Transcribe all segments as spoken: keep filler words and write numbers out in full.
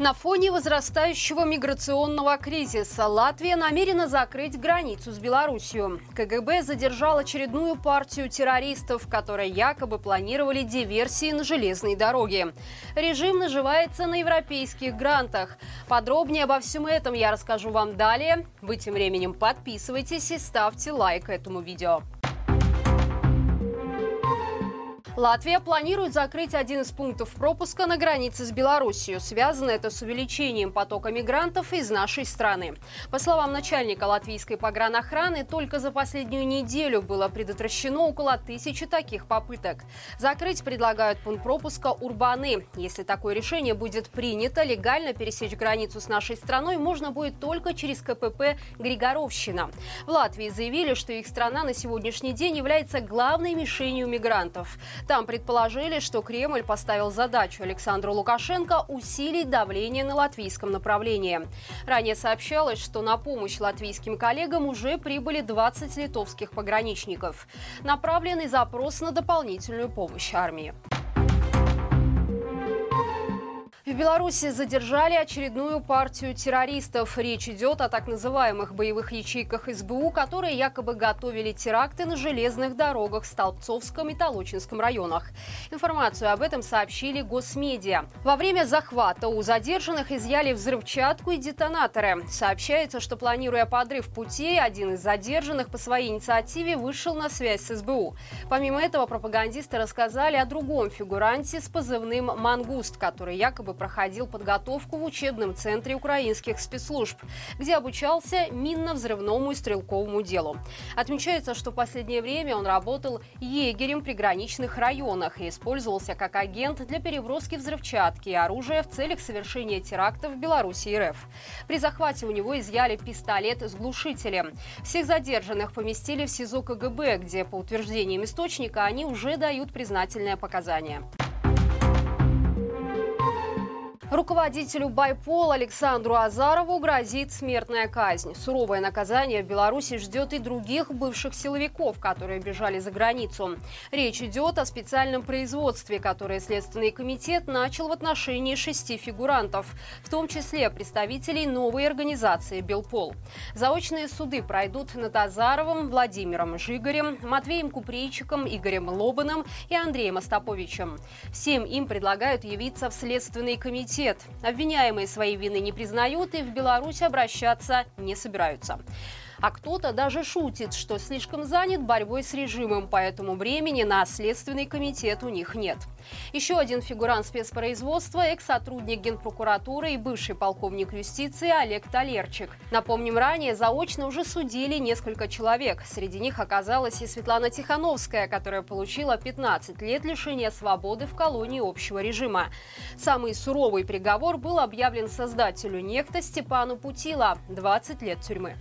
На фоне возрастающего миграционного кризиса Латвия намерена закрыть границу с Белоруссией. ка гэ бэ задержал очередную партию террористов, которые якобы планировали диверсии на железной дороге. Режим наживается на европейских грантах. Подробнее обо всем этом я расскажу вам далее. Вы тем временем подписывайтесь и ставьте лайк этому видео. Латвия планирует закрыть один из пунктов пропуска на границе с Белоруссией. Связано это с увеличением потока мигрантов из нашей страны. По словам начальника латвийской погранохраны, только за последнюю неделю было предотвращено около тысячи таких попыток. Закрыть предлагают пункт пропуска Урбаны. Если такое решение будет принято, легально пересечь границу с нашей страной можно будет только через ка пэ пэ Григоровщина. В Латвии заявили, что их страна на сегодняшний день является главной мишенью мигрантов. Там предположили, что Кремль поставил задачу Александру Лукашенко усилить давление на латвийском направлении. Ранее сообщалось, что на помощь латвийским коллегам уже прибыли двадцать литовских пограничников. Направленный запрос на дополнительную помощь армии. В Беларуси задержали очередную партию террористов. Речь идет о так называемых боевых ячейках эс бэ у, которые якобы готовили теракты на железных дорогах в Столбцовском и Толочинском районах. Информацию об этом сообщили госмедиа. Во время захвата у задержанных изъяли взрывчатку и детонаторы. Сообщается, что, планируя подрыв путей, один из задержанных по своей инициативе вышел на связь с эс бэ у. Помимо этого, пропагандисты рассказали о другом фигуранте с позывным «Мангуст», который якобы проходил подготовку в учебном центре украинских спецслужб, где обучался минно-взрывному и стрелковому делу. Отмечается, что в последнее время он работал егерем в приграничных районах и использовался как агент для переброски взрывчатки и оружия в целях совершения терактов в Беларуси и эр эф. При захвате у него изъяли пистолет с глушителем. Всех задержанных поместили в СИЗО ка гэ бэ, где, по утверждениям источника, они уже дают признательные показания. Руководителю Байпол Александру Азарову грозит смертная казнь. Суровое наказание в Беларуси ждет и других бывших силовиков, которые бежали за границу. Речь идет о специальном производстве, которое Следственный комитет начал в отношении шести фигурантов, в том числе представителей новой организации «Белпол». Заочные суды пройдут над Азаровым, Владимиром Жигарем, Матвеем Купрейчиком, Игорем Лобаном и Андреем Остаповичем. Всем им предлагают явиться в Следственный комитет. Обвиняемые своей вины не признают и в Беларусь обращаться не собираются. А кто-то даже шутит, что слишком занят борьбой с режимом, поэтому времени на Следственный комитет у них нет. Еще один фигурант спецпроизводства – экс-сотрудник Генпрокуратуры и бывший полковник юстиции Олег Талерчик. Напомним, ранее заочно уже судили несколько человек. Среди них оказалась и Светлана Тихановская, которая получила пятнадцать лет лишения свободы в колонии общего режима. Самый суровый приговор был объявлен создателю некто Степану Путила – двадцать лет тюрьмы.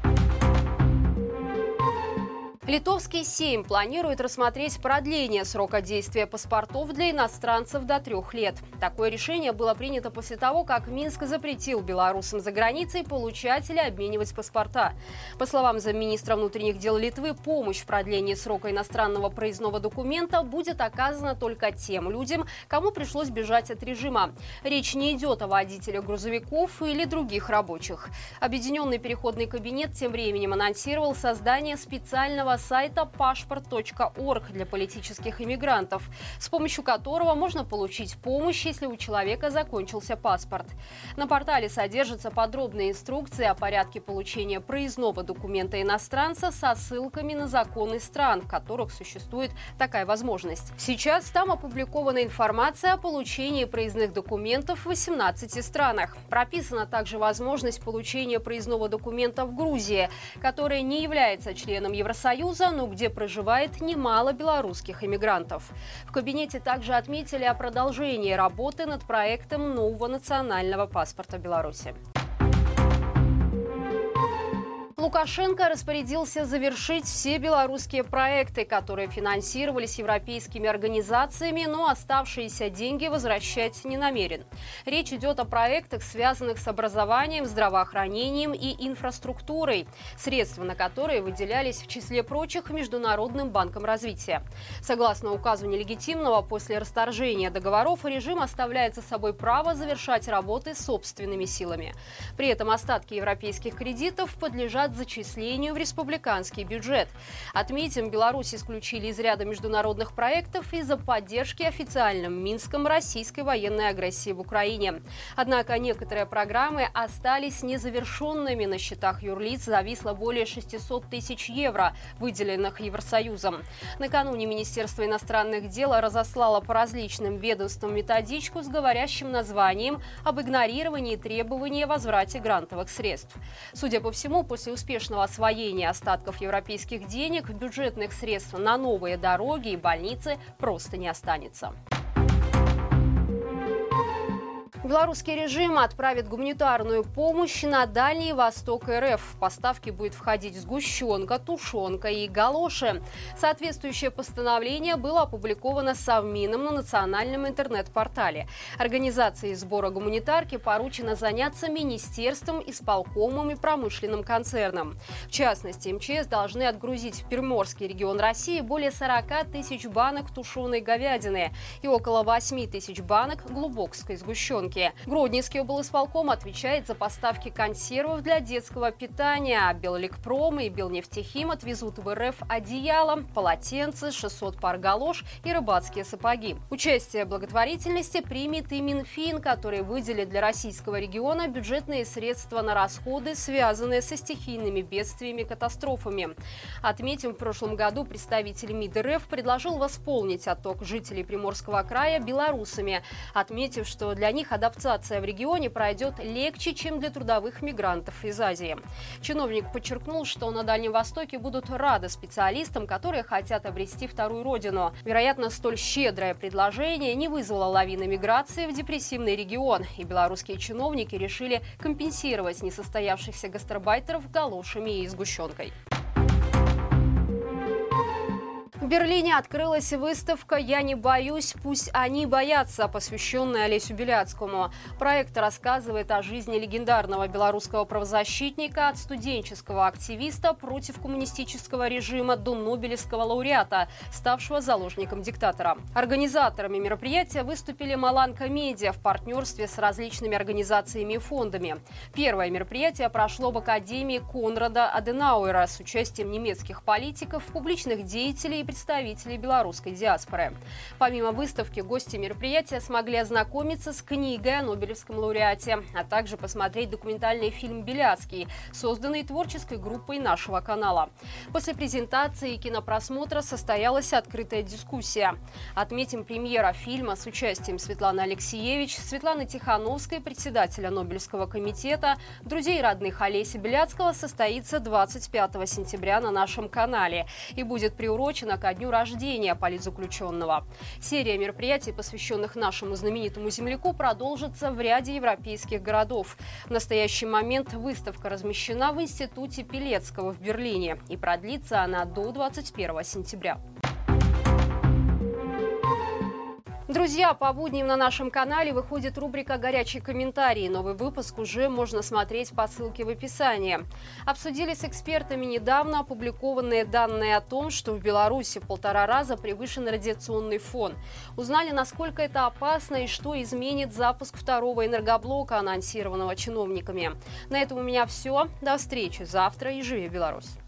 Литовский Сейм планирует рассмотреть продление срока действия паспортов для иностранцев до трех лет. Такое решение было принято после того, как Минск запретил белорусам за границей получать или обменивать паспорта. По словам замминистра внутренних дел Литвы, помощь в продлении срока иностранного проездного документа будет оказана только тем людям, кому пришлось бежать от режима. Речь не идет о водителях грузовиков или других рабочих. Объединенный переходный кабинет тем временем анонсировал создание специального сайта пашпорт точка орг для политических иммигрантов, с помощью которого можно получить помощь, если у человека закончился паспорт. На портале содержатся подробные инструкции о порядке получения проездного документа иностранца со ссылками на законы стран, в которых существует такая возможность. Сейчас там опубликована информация о получении проездных документов в восемнадцати странах. Прописана также возможность получения проездного документа в Грузии, которая не является членом Евросоюза, но где проживает немало белорусских иммигрантов. В кабинете также отметили о продолжении работы над проектом нового национального паспорта Беларуси. Лукашенко распорядился завершить все белорусские проекты, которые финансировались европейскими организациями, но оставшиеся деньги возвращать не намерен. Речь идет о проектах, связанных с образованием, здравоохранением и инфраструктурой, средства на которые выделялись в числе прочих Международным банком развития. Согласно указу нелегитимного, после расторжения договоров режим оставляет за собой право завершать работы собственными силами. При этом остатки европейских кредитов подлежат зачислению в республиканский бюджет. Отметим, Беларусь исключили из ряда международных проектов из-за поддержки официальным Минском российской военной агрессии в Украине. Однако некоторые программы остались незавершенными. На счетах юрлиц зависло более шестисот тысяч евро, выделенных Евросоюзом. Накануне Министерство иностранных дел разослало по различным ведомствам методичку с говорящим названием об игнорировании требований о возврате грантовых средств. Судя по всему, после успешного освоения остатков европейских денег бюджетных средств на новые дороги и больницы просто не останется. Белорусский режим отправит гуманитарную помощь на Дальний Восток РФ. В поставки будет входить сгущенка, тушенка и галоши. Соответствующее постановление было опубликовано Совмином на национальном интернет-портале. Организации сбора гуманитарки поручено заняться министерством, исполкомом и промышленным концерном. В частности, МЧС должны отгрузить в Приморский регион России более сорока тысяч банок тушеной говядины и около восьми тысяч банок глубокской сгущенки. Гродненский облисполком отвечает за поставки консервов для детского питания, а Белэлекпром и Белнефтехим отвезут в РФ одеяло, полотенца, шестьсот пар галош и рыбацкие сапоги. Участие в благотворительности примет и Минфин, который выделит для российского региона бюджетные средства на расходы, связанные со стихийными бедствиями и катастрофами. Отметим, в прошлом году представитель МИД РФ предложил восполнить отток жителей Приморского края белорусами, отметив, что для них адаптация в регионе пройдет легче, чем для трудовых мигрантов из Азии. Чиновник подчеркнул, что на Дальнем Востоке будут рады специалистам, которые хотят обрести вторую родину. Вероятно, столь щедрое предложение не вызвало лавины миграции в депрессивный регион, и белорусские чиновники решили компенсировать несостоявшихся гастарбайтеров галошами и сгущенкой. В Берлине открылась выставка «Я не боюсь, пусть они боятся», посвященная Олесю Беляцкому. Проект рассказывает о жизни легендарного белорусского правозащитника от студенческого активиста против коммунистического режима до нобелевского лауреата, ставшего заложником диктатора. Организаторами мероприятия выступили Маланка Медиа в партнерстве с различными организациями и фондами. Первое мероприятие прошло в Академии Конрада Аденауэра с участием немецких политиков, публичных деятелей и представителей белорусской диаспоры. Помимо выставки, гости мероприятия смогли ознакомиться с книгой о нобелевском лауреате, а также посмотреть документальный фильм «Беляцкий», созданный творческой группой нашего канала. После презентации и кинопросмотра состоялась открытая дискуссия. Отметим, премьера фильма с участием Светланы Алексеевич, Светланы Тихановской, председателя Нобелевского комитета, друзей и родных Олеся Беляцкого, состоится двадцать пятого сентября на нашем канале и будет приурочена ко дню рождения политзаключенного. Серия мероприятий, посвященных нашему знаменитому земляку, продолжится в ряде европейских городов. В настоящий момент выставка размещена в Институте Пилецкого в Берлине и продлится она до двадцать первого сентября. Друзья, по будням на нашем канале выходит рубрика «Горячие комментарии». Новый выпуск уже можно смотреть по ссылке в описании. Обсудили с экспертами недавно опубликованные данные о том, что в Беларуси в полтора раза превышен радиационный фон. Узнали, насколько это опасно и что изменит запуск второго энергоблока, анонсированного чиновниками. На этом у меня все. До встречи завтра и живи Беларусь!